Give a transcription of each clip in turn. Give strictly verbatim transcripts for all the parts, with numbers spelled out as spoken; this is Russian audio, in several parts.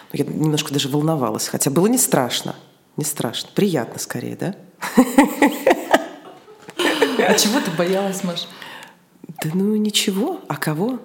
Я немножко даже волновалась, хотя было не страшно. Не страшно. Приятно скорее, да? А чего ты боялась, Маш? Да ну ничего. А кого?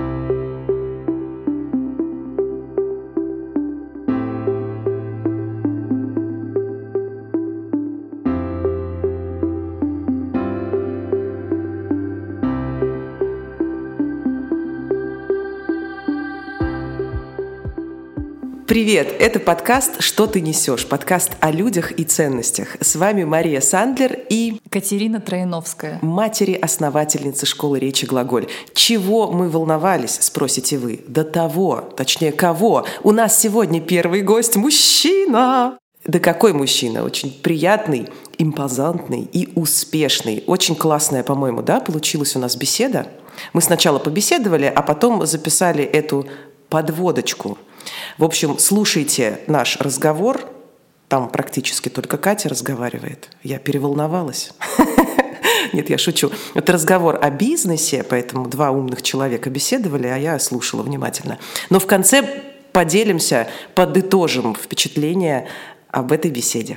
Привет! Это подкаст «Что ты несешь?» Подкаст о людях и ценностях. С вами Мария Сандлер и Катерина Троиновская, матери-основательницы школы речи «Глаголь». Чего мы волновались, спросите вы? До того, точнее, кого? У нас сегодня первый гость – мужчина! Да какой мужчина? Очень приятный, импозантный и успешный. Очень классная, по-моему, да, получилась у нас беседа. Мы сначала побеседовали, а потом записали эту подводочку. В общем, слушайте наш разговор. Там практически только Катя разговаривает. Я переволновалась. Нет, я шучу. Это разговор о бизнесе, поэтому два умных человека беседовали, а я слушала внимательно. Но в конце поделимся, подытожим впечатления об этой беседе.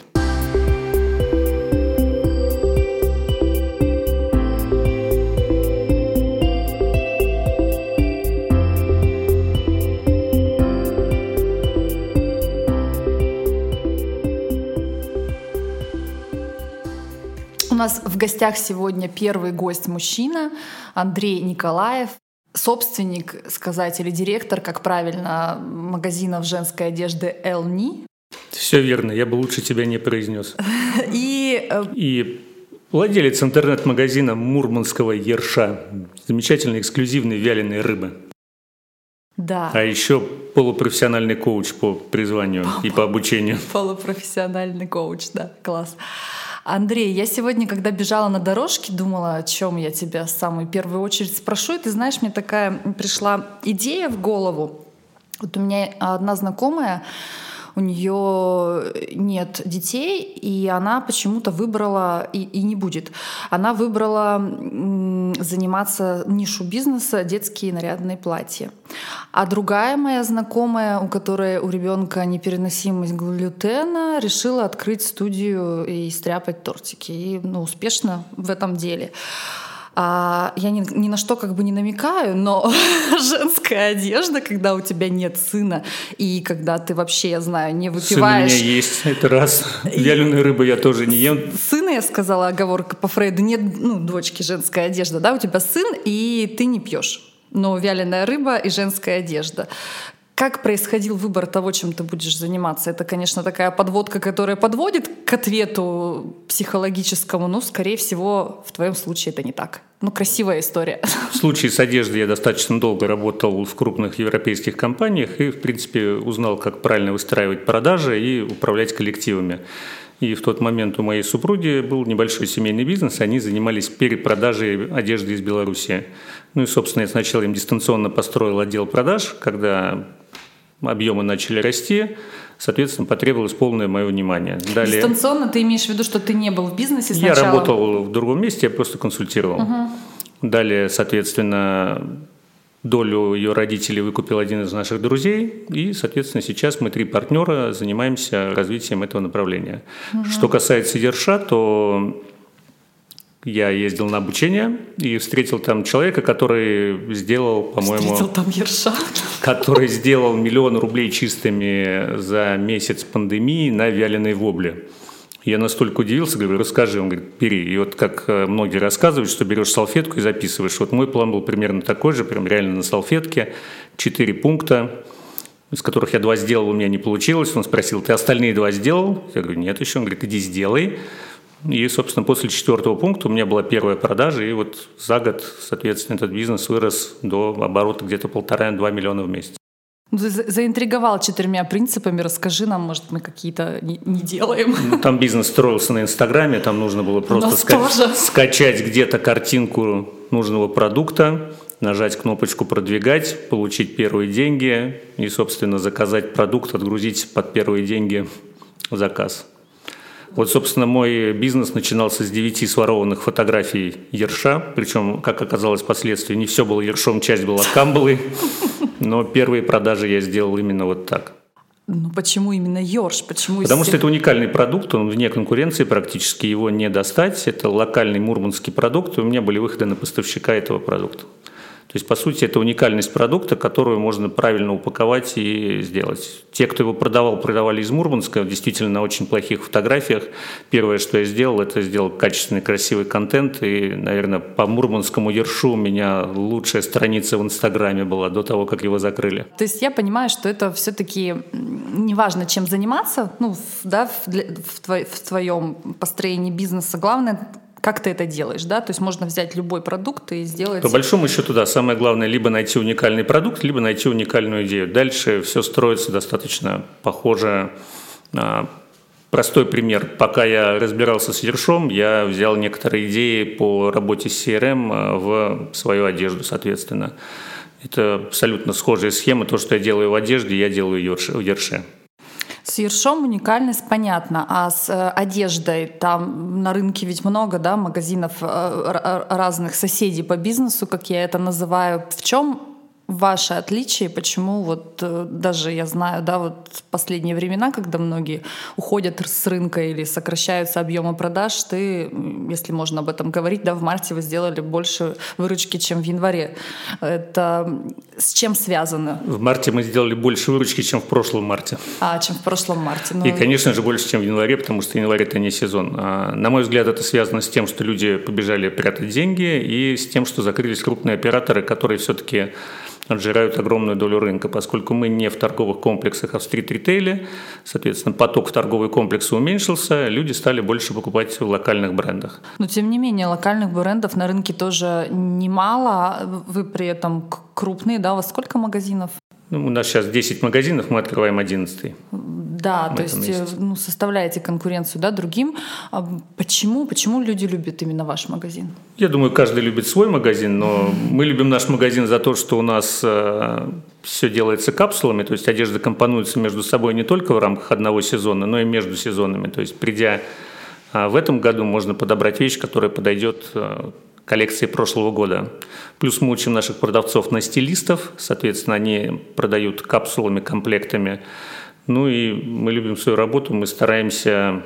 У нас в гостях сегодня первый гость-мужчина Андрей Николаев, собственник, сказать, или директор, как правильно, магазинов женской одежды «Элни». Все верно, я бы лучше тебя не произнес. И... И владелец интернет-магазина мурманского «Ерша», замечательной эксклюзивной вяленой рыбы. Да. А еще полупрофессиональный коуч по призванию и по обучению. Полупрофессиональный коуч, да, класс. Андрей, я сегодня, когда бежала на дорожке, думала, о чем я тебя в самую первую очередь спрошу. И ты знаешь, мне такая пришла идея в голову. Вот у меня одна знакомая, у нее нет детей, и она почему-то выбрала, и, и не будет, она выбрала заниматься нишу бизнеса детские нарядные платья. А другая моя знакомая, у которой у ребенка непереносимость глютена, решила открыть студию и стряпать тортики. И ну, успешно в этом деле. А я ни, ни на что как бы не намекаю, но женская одежда, когда у тебя нет сына, и когда ты вообще, я знаю, не выпиваешь... Сын у меня есть, это раз. Вяленую рыбу я тоже не ем. Сына, я сказала, оговорка по Фрейду, нет, ну, дочки, женская одежда, да, у тебя сын, и ты не пьешь. Но вяленая рыба и женская одежда. Как происходил выбор того, чем ты будешь заниматься? Это, конечно, такая подводка, которая подводит к ответу психологическому, но, скорее всего, в твоем случае это не так. Ну, красивая история. В случае с одеждой я достаточно долго работал в крупных европейских компаниях и, в принципе, узнал, как правильно выстраивать продажи и управлять коллективами. И в тот момент у моей супруги был небольшой семейный бизнес, они занимались перепродажей одежды из Беларуси. Ну и, собственно, я сначала им дистанционно построил отдел продаж, когда объемы начали расти, соответственно, потребовалось полное мое внимание. Далее... Дистанционно ты имеешь в виду, что ты не был в бизнесе сначала? Я работал в другом месте, я просто консультировал. Угу. Далее, соответственно, долю ее родителей выкупил один из наших друзей, и, соответственно, сейчас мы три партнера занимаемся развитием этого направления. Угу. Что касается «Ерша», то я ездил на обучение и встретил там человека, который сделал, по-моему... Встретил там «Ерша». Который сделал миллион рублей чистыми за месяц пандемии на вяленой вобле. Я настолько удивился, говорю, расскажи. Он говорит, бери. И вот как многие рассказывают, что берешь салфетку и записываешь. Вот мой план был примерно такой же, прям реально на салфетке. Четыре пункта, из которых я два сделал, у меня не получилось. Он спросил, ты остальные два сделал? Я говорю, нет еще. Он говорит, иди сделай. И, собственно, после четвертого пункта у меня была первая продажа, и вот за год, соответственно, этот бизнес вырос до оборота где-то полтора-два миллиона в месяц. Заинтриговал четырьмя принципами. Расскажи нам, может, мы какие-то не, не делаем. Ну, там бизнес строился на Инстаграме, там нужно было просто ска- скачать где-то картинку нужного продукта, нажать кнопочку «Продвигать», получить первые деньги и, собственно, заказать продукт, отгрузить под первые деньги заказ. Вот, собственно, мой бизнес начинался с девяти сворованных фотографий ерша, причем, как оказалось впоследствии, не все было ершом, часть была камбалой, но первые продажи я сделал именно вот так. Ну почему именно ёрш? Почему Потому из что всех... это уникальный продукт, он вне конкуренции практически, его не достать. Это локальный мурманский продукт, и у меня были выходы на поставщика этого продукта. То есть, по сути, это уникальность продукта, которую можно правильно упаковать и сделать. Те, кто его продавал, продавали из Мурманска, действительно на очень плохих фотографиях. Первое, что я сделал, это сделал качественный, красивый контент. И, наверное, по мурманскому ершу у меня лучшая страница в Инстаграме была до того, как его закрыли. То есть я понимаю, что это все-таки неважно, чем заниматься, ну, в, да, в, для, в, твой, в твоем построении бизнеса. Главное, как ты это делаешь, да? То есть можно взять любой продукт и сделать... По большому счету, да, самое главное либо найти уникальный продукт, либо найти уникальную идею. Дальше все строится достаточно похоже. Простой пример. Пока я разбирался с ершом, я взял некоторые идеи по работе с си эр эм в свою одежду, соответственно. Это абсолютно схожая схема. То, что я делаю в одежде, я делаю в ерше. С ершом уникальность понятна, а с э, одеждой там на рынке ведь много, да, магазинов э, разных соседей по бизнесу, как я это называю. В чем ваше отличие? Почему вот э, даже я знаю, да, вот в последние времена, когда многие уходят с рынка или сокращаются объемы продаж, ты, если можно об этом говорить, да, в марте вы сделали больше выручки, чем в январе. Это с чем связано? В марте мы сделали больше выручки, чем в прошлом марте. А, чем в прошлом марте. Ну... И, конечно же, больше, чем в январе, потому что январь – это не сезон. А, на мой взгляд, это связано с тем, что люди побежали прятать деньги, и с тем, что закрылись крупные операторы, которые все-таки отжирают огромную долю рынка. Поскольку мы не в торговых комплексах, а в стрит-ритейле, соответственно, поток в торговые комплексы уменьшился, люди стали больше покупать в локальных брендах. Но, тем не менее, локальных брендов на рынке тоже немало. Вы при этом крупные, да? У вас сколько магазинов? Ну, у нас сейчас десять магазинов, мы открываем одиннадцатый. Да, то есть ну, составляете конкуренцию, да, другим. А почему, почему люди любят именно ваш магазин? Я думаю, каждый любит свой магазин, но мы любим наш магазин за то, что у нас э, все делается капсулами, то есть одежда компонуется между собой не только в рамках одного сезона, но и между сезонами. То есть придя э, в этом году, можно подобрать вещь, которая подойдет э, коллекции прошлого года. Плюс мы учим наших продавцов на стилистов, соответственно, они продают капсулами, комплектами. Ну и мы любим свою работу, мы стараемся,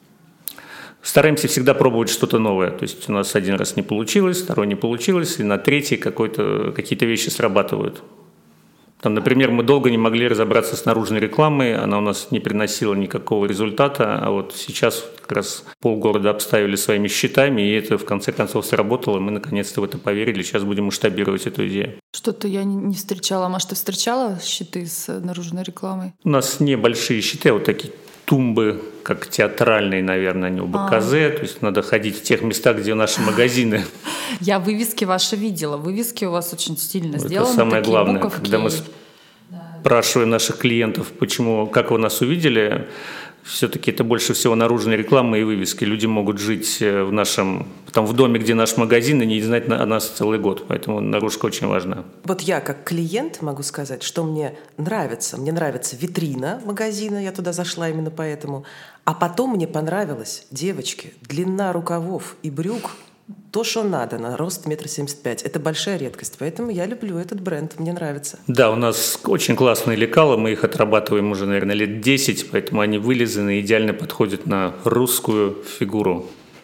стараемся всегда пробовать что-то новое. То есть у нас один раз не получилось, второй не получилось, и на третий какой-то, какие-то вещи срабатывают. Там, например, мы долго не могли разобраться с наружной рекламой, она у нас не приносила никакого результата, а вот сейчас как раз полгорода обставили своими счетами, и это в конце концов сработало, мы наконец-то в это поверили, сейчас будем масштабировать эту идею. Что-то я не встречала. Маш, ты встречала счеты с наружной рекламой? У нас небольшие счеты, вот такие тумбы, как театральные, наверное, они у БКЗ, а. То есть надо ходить в тех местах, где наши магазины. Я вывески ваши видела, вывески у вас очень стильно это сделаны. Это самое такие главное, буковки. Когда мы спрашиваем наших клиентов, почему, как вы нас увидели, все-таки это больше всего наружная реклама и вывески. Люди могут жить в нашем, там, в доме, где наш магазин, и не знать о нас целый год. Поэтому наружка очень важна. Вот я как клиент могу сказать, что мне нравится. Мне нравится витрина магазина, я туда зашла именно поэтому. А потом мне понравилось, девочки, длина рукавов и брюк, то, что надо, на рост метр семьдесят пять. Это большая редкость, поэтому я люблю этот бренд, мне нравится. Да, у нас очень классные лекала, мы их отрабатываем уже, наверное, лет десять, поэтому они вылизаны, идеально подходят на русскую фигуру.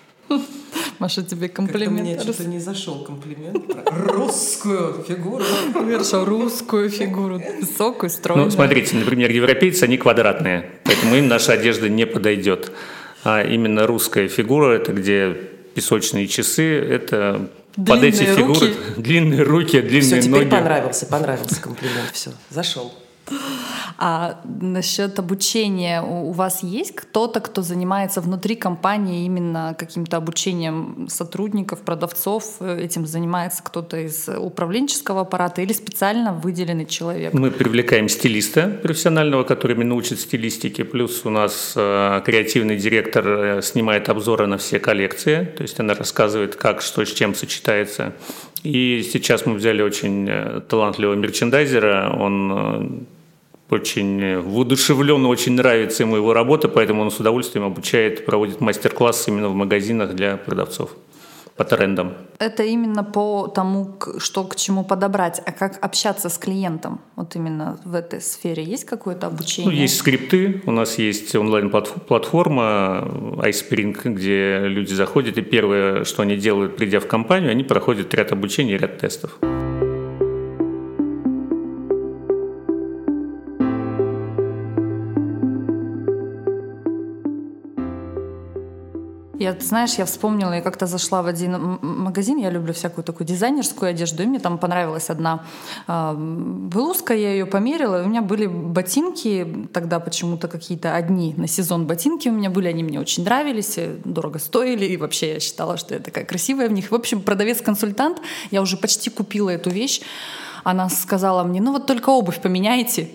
Маша, тебе комплимент. Как-то мне что-то не зашел комплимент про русскую фигуру. Верша, русскую фигуру, высокую, стройную. Ну, смотрите, например, европейцы, они квадратные, поэтому им наша одежда не подойдет. А именно русская фигура, это где песочные часы, это длинные под эти фигуры. Руки. Длинные руки, длинные все, теперь ноги. понравился, понравился комплимент, все, зашел. А насчет обучения у вас есть кто-то, кто занимается внутри компании именно каким-то обучением сотрудников, продавцов? Этим занимается кто-то из управленческого аппарата или специально выделенный человек? Мы привлекаем стилиста профессионального, который именно учит стилистике. Плюс у нас э, креативный директор э, снимает обзоры на все коллекции. То есть она рассказывает, как, что с чем сочетается. И сейчас мы взяли очень э, талантливого мерчендайзера. Он... Э, очень воодушевлен, очень нравится ему его работа, поэтому он с удовольствием обучает, проводит мастер-классы именно в магазинах для продавцов. по трендам. Это именно по тому, что к чему подобрать. А как общаться с клиентом? Вот именно в этой сфере есть какое-то обучение? Ну, есть скрипты. У нас есть онлайн-платформа iSpring, где люди заходят, и первое, что они делают, придя в компанию, они проходят ряд обучений, ряд тестов. Я, знаешь, я вспомнила, я как-то зашла в один магазин, я люблю всякую такую дизайнерскую одежду, и мне там понравилась одна э, блузка, я ее померила, и у меня были ботинки, тогда почему-то какие-то одни на сезон ботинки у меня были, они мне очень нравились, дорого стоили, и вообще я считала, что я такая красивая в них. В общем, продавец-консультант, я уже почти купила эту вещь, она сказала мне, ну вот только обувь поменяйте.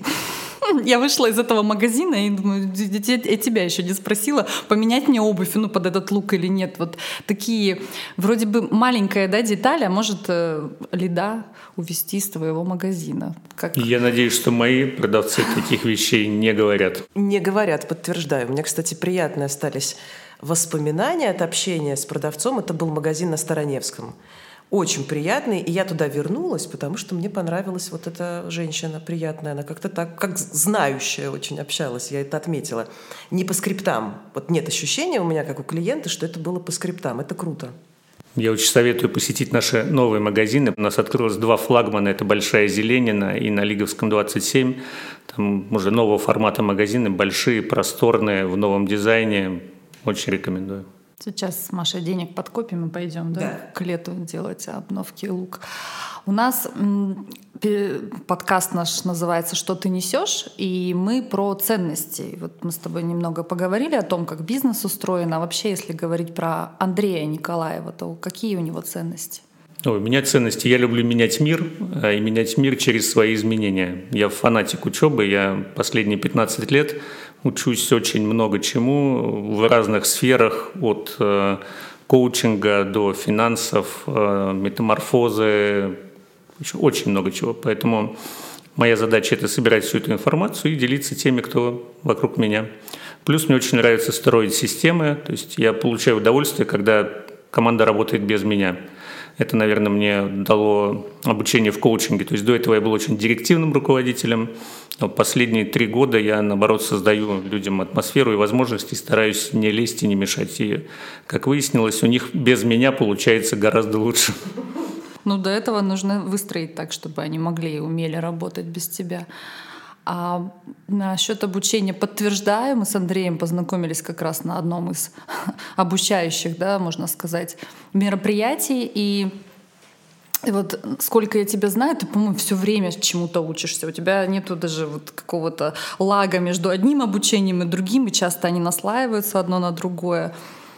Я вышла из этого магазина и думаю, я тебя еще не спросила, поменять мне обувь, ну, под этот лук или нет. Вот такие, вроде бы маленькая, да, деталь, а может э, лида увезти из твоего магазина. Как... Я надеюсь, что мои продавцы таких вещей не говорят. Не говорят, подтверждаю. У меня, кстати, приятные остались воспоминания от общения с продавцом. Это был магазин на Староневском. Очень приятный, и я туда вернулась, потому что мне понравилась вот эта женщина приятная, она как-то так, как знающая очень общалась, я это отметила. Не по скриптам. Вот нет ощущения у меня, как у клиента, что это было по скриптам. Это круто. Я очень советую посетить наши новые магазины. У нас открылось два флагмана. Это Большая Зеленина и на Лиговском двадцать семь. Там уже нового формата магазины, большие, просторные, в новом дизайне. Очень рекомендую. Сейчас с Машей денег подкопим и пойдем, да, Да. к лету делать обновки и лук. У нас м, подкаст наш называется «Что ты несешь?», и мы про ценности. Вот мы с тобой немного поговорили о том, как бизнес устроен, а вообще, если говорить про Андрея Николаева, то какие у него ценности? Ой, у меня ценности. Я люблю менять мир, и менять мир через свои изменения. Я фанатик учебы, я последние пятнадцать лет учусь очень много чему в разных сферах, от э, коучинга до финансов, э, метаморфозы, еще очень много чего. Поэтому моя задача – это собирать всю эту информацию и делиться теми, кто вокруг меня. Плюс мне очень нравится строить системы, то есть я получаю удовольствие, когда команда работает без меня. Это, наверное, мне дало обучение в коучинге. То есть до этого я был очень директивным руководителем. Но последние три года я, наоборот, создаю людям атмосферу и возможности, стараюсь не лезть и не мешать. И, как выяснилось, у них без меня получается гораздо лучше. Ну, до этого нужно выстроить так, чтобы они могли и умели работать без тебя. А насчет обучения подтверждаю, мы с Андреем познакомились как раз на одном из обучающих, да, можно сказать, мероприятий. И вот сколько я тебя знаю, ты, по-моему, все время чему-то учишься. У тебя нету даже вот какого-то лага между одним обучением и другим, и часто они наслаиваются одно на другое.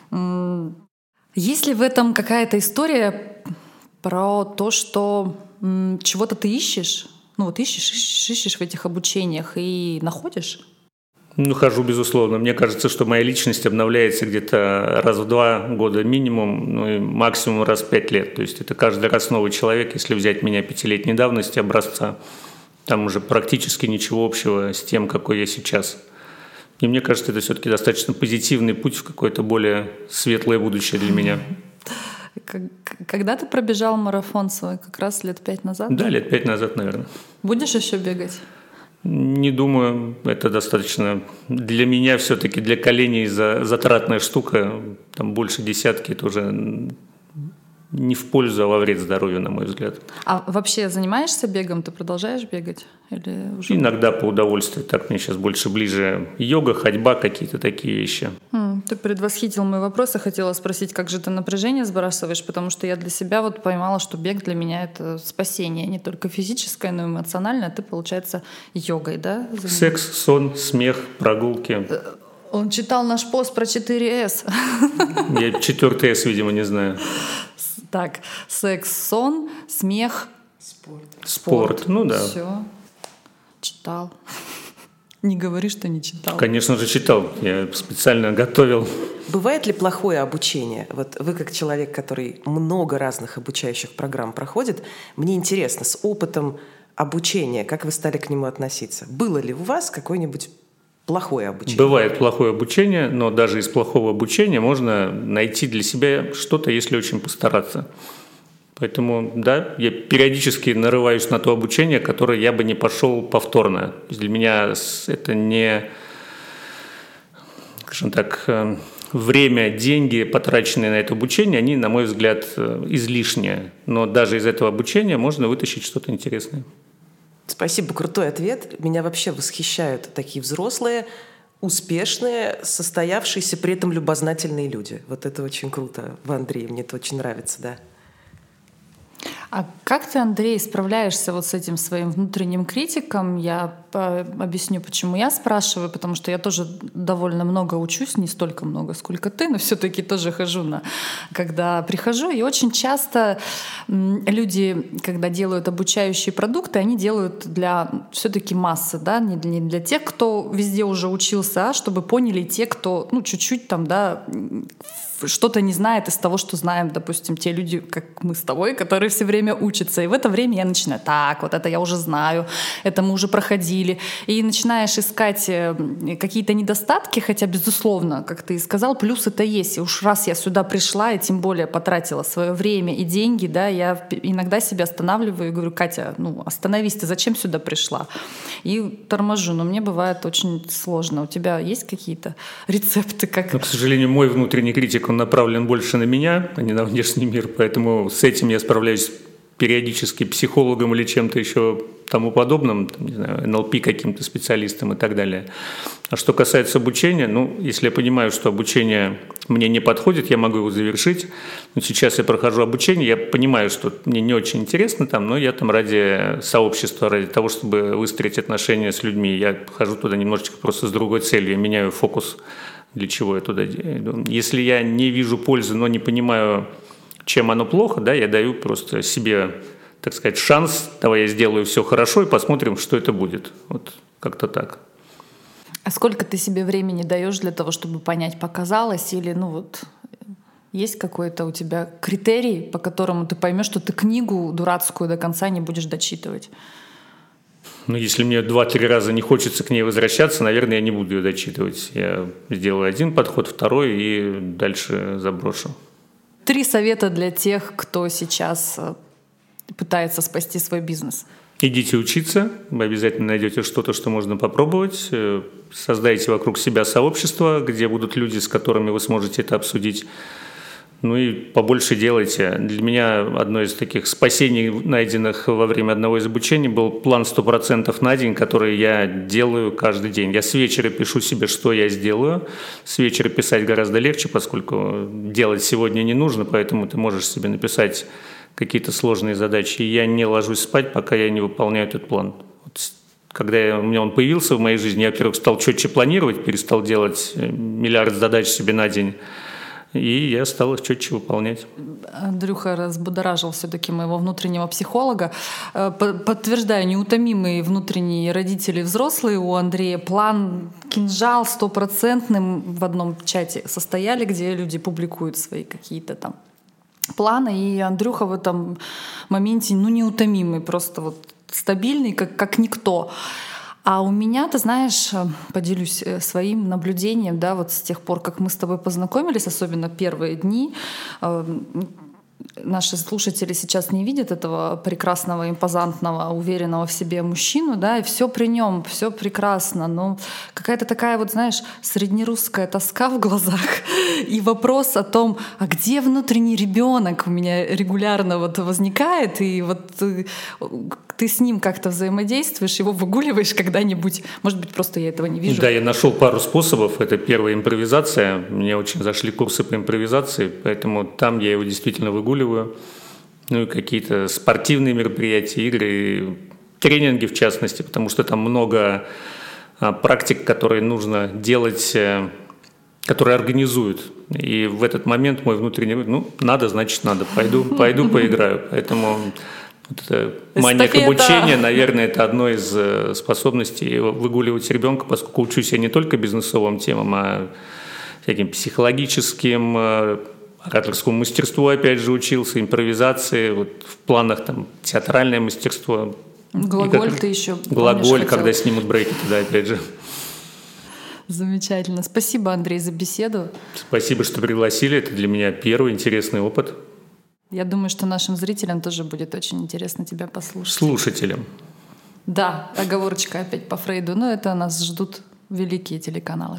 Есть ли в этом какая-то история про то, что чего-то ты ищешь? Ну вот ищешь, ищешь, ищешь в этих обучениях и находишь? Ну, хожу, безусловно. Мне кажется, что моя личность обновляется где-то раз в два года минимум, ну и максимум раз в пять лет. То есть это каждый раз новый человек. Если взять меня пятилетней давности образца, там уже практически ничего общего с тем, какой я сейчас. И мне кажется, это все-таки достаточно позитивный путь в какое-то более светлое будущее для меня. Когда ты пробежал марафон свой? Как раз лет пять назад? Да, лет пять назад, наверное. Будешь еще бегать? Не думаю. Это достаточно для меня все-таки, для коленей затратная штука. Там больше десятки, это уже не в пользу, а во вред здоровью, на мой взгляд. А вообще занимаешься бегом? Ты продолжаешь бегать? Или уже... Иногда по удовольствию. Так мне сейчас больше ближе йога, ходьба, какие-то такие вещи. Хм, ты предвосхитил мой вопрос. Я хотела спросить, как же ты напряжение сбрасываешь, потому что я для себя вот поймала, что бег для меня — это спасение. Не только физическое, но и эмоциональное. Ты, получается, йогой, да? Секс, сон, смех, прогулки. Он читал наш пост про четыре эс. Я четвертый эс, видимо, не знаю. Так, секс, сон, смех, Спорт. Спорт, ну да. Все. Читал. Не говори, что не читал. Конечно же, читал. Я специально готовил. Бывает ли плохое обучение? Вот вы, как человек, который много разных обучающих программ проходит, мне интересно, с опытом обучения, как вы стали к нему относиться? Было ли у вас какое-нибудь плохое обучение. Бывает плохое обучение, но даже из плохого обучения можно найти для себя что-то, если очень постараться. Поэтому, да, я периодически нарываюсь на то обучение, которое я бы не пошел повторно. Для меня это не, скажем так, время, деньги, потраченные на это обучение, они, на мой взгляд, излишние. Но даже из этого обучения можно вытащить что-то интересное. Спасибо, крутой ответ. Меня вообще восхищают такие взрослые, успешные, состоявшиеся, при этом любознательные люди. Вот это очень круто в Андрее, мне это очень нравится, да. А как ты, Андрей, справляешься вот с этим своим внутренним критиком? Я объясню, почему я спрашиваю, потому что я тоже довольно много учусь, не столько много, сколько ты, но все-таки тоже хожу на, когда прихожу, и очень часто люди, когда делают обучающие продукты, они делают для все-таки массы, да, не для, не для тех, кто везде уже учился, а чтобы поняли те, кто, ну, чуть-чуть там, да, что-то не знает из того, что знаем, допустим, те люди, как мы с тобой, которые все время учатся. И в это время я начинаю, так, вот это я уже знаю, это мы уже проходили. И начинаешь искать какие-то недостатки, хотя, безусловно, как ты и сказал, плюсы-то есть. И уж раз я сюда пришла, и тем более потратила свое время и деньги, да, я иногда себя останавливаю и говорю, Катя, ну остановись, ты зачем сюда пришла? И торможу, но мне бывает очень сложно. У тебя есть какие-то рецепты? Как... Но, к сожалению, мой внутренний критик, он направлен больше на меня, а не на внешний мир, поэтому с этим я справляюсь периодически психологом или чем-то еще тому подобным, там, не знаю, эн эл пи каким-то специалистом и так далее. А что касается обучения, ну, если я понимаю, что обучение мне не подходит, я могу его завершить. Но сейчас я прохожу обучение, я понимаю, что мне не очень интересно там, но я там ради сообщества, ради того, чтобы выстроить отношения с людьми, я хожу туда немножечко просто с другой целью, я меняю фокус. Для чего я туда иду. Если я не вижу пользы, но не понимаю, чем оно плохо, да, я даю просто себе, так сказать, шанс, давай я сделаю все хорошо и посмотрим, что это будет. Вот как-то так. А сколько ты себе времени даешь для того, чтобы понять, показалось, или ну вот есть какой-то у тебя критерий, по которому ты поймешь, что ты книгу дурацкую до конца не будешь дочитывать? Ну, если мне два-три раза не хочется к ней возвращаться, наверное, я не буду ее дочитывать. Я сделаю один подход, второй и дальше заброшу. Три совета для тех, кто сейчас пытается спасти свой бизнес. Идите учиться, вы обязательно найдете что-то, что можно попробовать. Создайте вокруг себя сообщество, где будут люди, с которыми вы сможете это обсудить. Ну и побольше делайте. Для меня одно из таких спасений, найденных во время одного из обучений, был план сто процентов на день, который я делаю каждый день. Я с вечера пишу себе, что я сделаю. С вечера писать гораздо легче, поскольку делать сегодня не нужно, поэтому ты можешь себе написать какие-то сложные задачи. И я не ложусь спать, пока я не выполняю этот план. Вот когда я, у меня он появился в моей жизни, я, во-первых, стал четче планировать, перестал делать миллиард задач себе на день. И я стал их четче выполнять. Андрюха разбудоражил все-таки моего внутреннего психолога. Подтверждаю, неутомимые внутренние родители взрослые у Андрея. План кинжал стопроцентным в одном чате состояли, где люди публикуют свои какие-то там планы. И Андрюха в этом моменте ну, неутомимый, просто вот стабильный, как, как никто. А у меня, ты знаешь, поделюсь своим наблюдением, да, вот с тех пор, как мы с тобой познакомились, особенно первые дни. Наши слушатели сейчас не видят этого прекрасного, импозантного, уверенного в себе мужчину, да, и все при нем, все прекрасно, но какая-то такая вот, знаешь, среднерусская тоска в глазах и вопрос о том, а где внутренний ребенок у меня регулярно вот возникает, и вот ты, ты с ним как-то взаимодействуешь, его выгуливаешь когда-нибудь, может быть, просто я этого не вижу. Да, я нашел пару способов. Это первая импровизация. Мне очень зашли курсы по импровизации, поэтому там я его действительно выгуливаю. Ну и какие-то спортивные мероприятия, игры, тренинги в частности, потому что там много а, практик, которые нужно делать, а, которые организуют. И в этот момент мой внутренний, ну, надо, значит, надо, пойду, пойду поиграю. Поэтому вот эта мания к обучению, наверное, это одно из способностей выгуливать ребенка, поскольку учусь я не только бизнесовым темам, а всяким психологическим, ораторскому мастерству, опять же, учился, импровизации, вот в планах там театральное мастерство. Глаголь ты еще Глаголь, помнишь, когда хотел... снимут брейки, туда опять же. Замечательно. Спасибо, Андрей, за беседу. Спасибо, что пригласили. Это для меня первый интересный опыт. Я думаю, что нашим зрителям тоже будет очень интересно тебя послушать. Слушателям. Да, оговорочка опять по Фрейду, но это нас ждут великие телеканалы.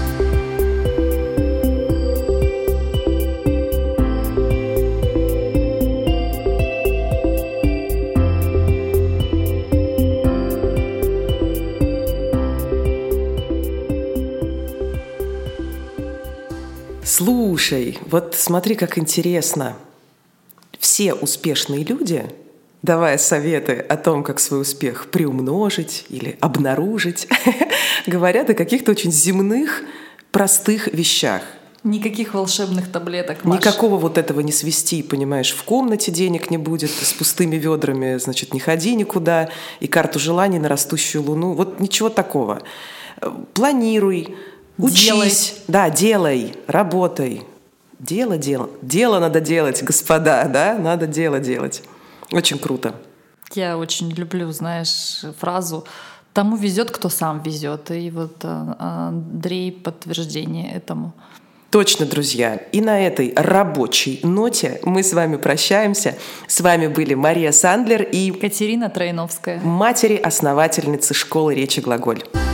Слушай, вот смотри, как интересно. Все успешные люди, давая советы о том, как свой успех приумножить или обнаружить, говорят о каких-то очень земных, простых вещах. Никаких волшебных таблеток, Маш. Никакого вот этого не свести, понимаешь, в комнате денег не будет, с пустыми ведрами, значит, не ходи никуда, и карту желаний на растущую луну. Вот ничего такого. Планируй, учись. Делай. Да, делай, работай. Дело, дело. Дело надо делать, господа, да? Надо дело делать. Очень круто. Я очень люблю, знаешь, фразу «тому везет, кто сам везет». И вот Андрей подтверждение этому. Точно, друзья. И на этой рабочей ноте мы с вами прощаемся. С вами были Мария Сандлер и Катерина Троиновская, матери-основательницы школы речи «Глаголь».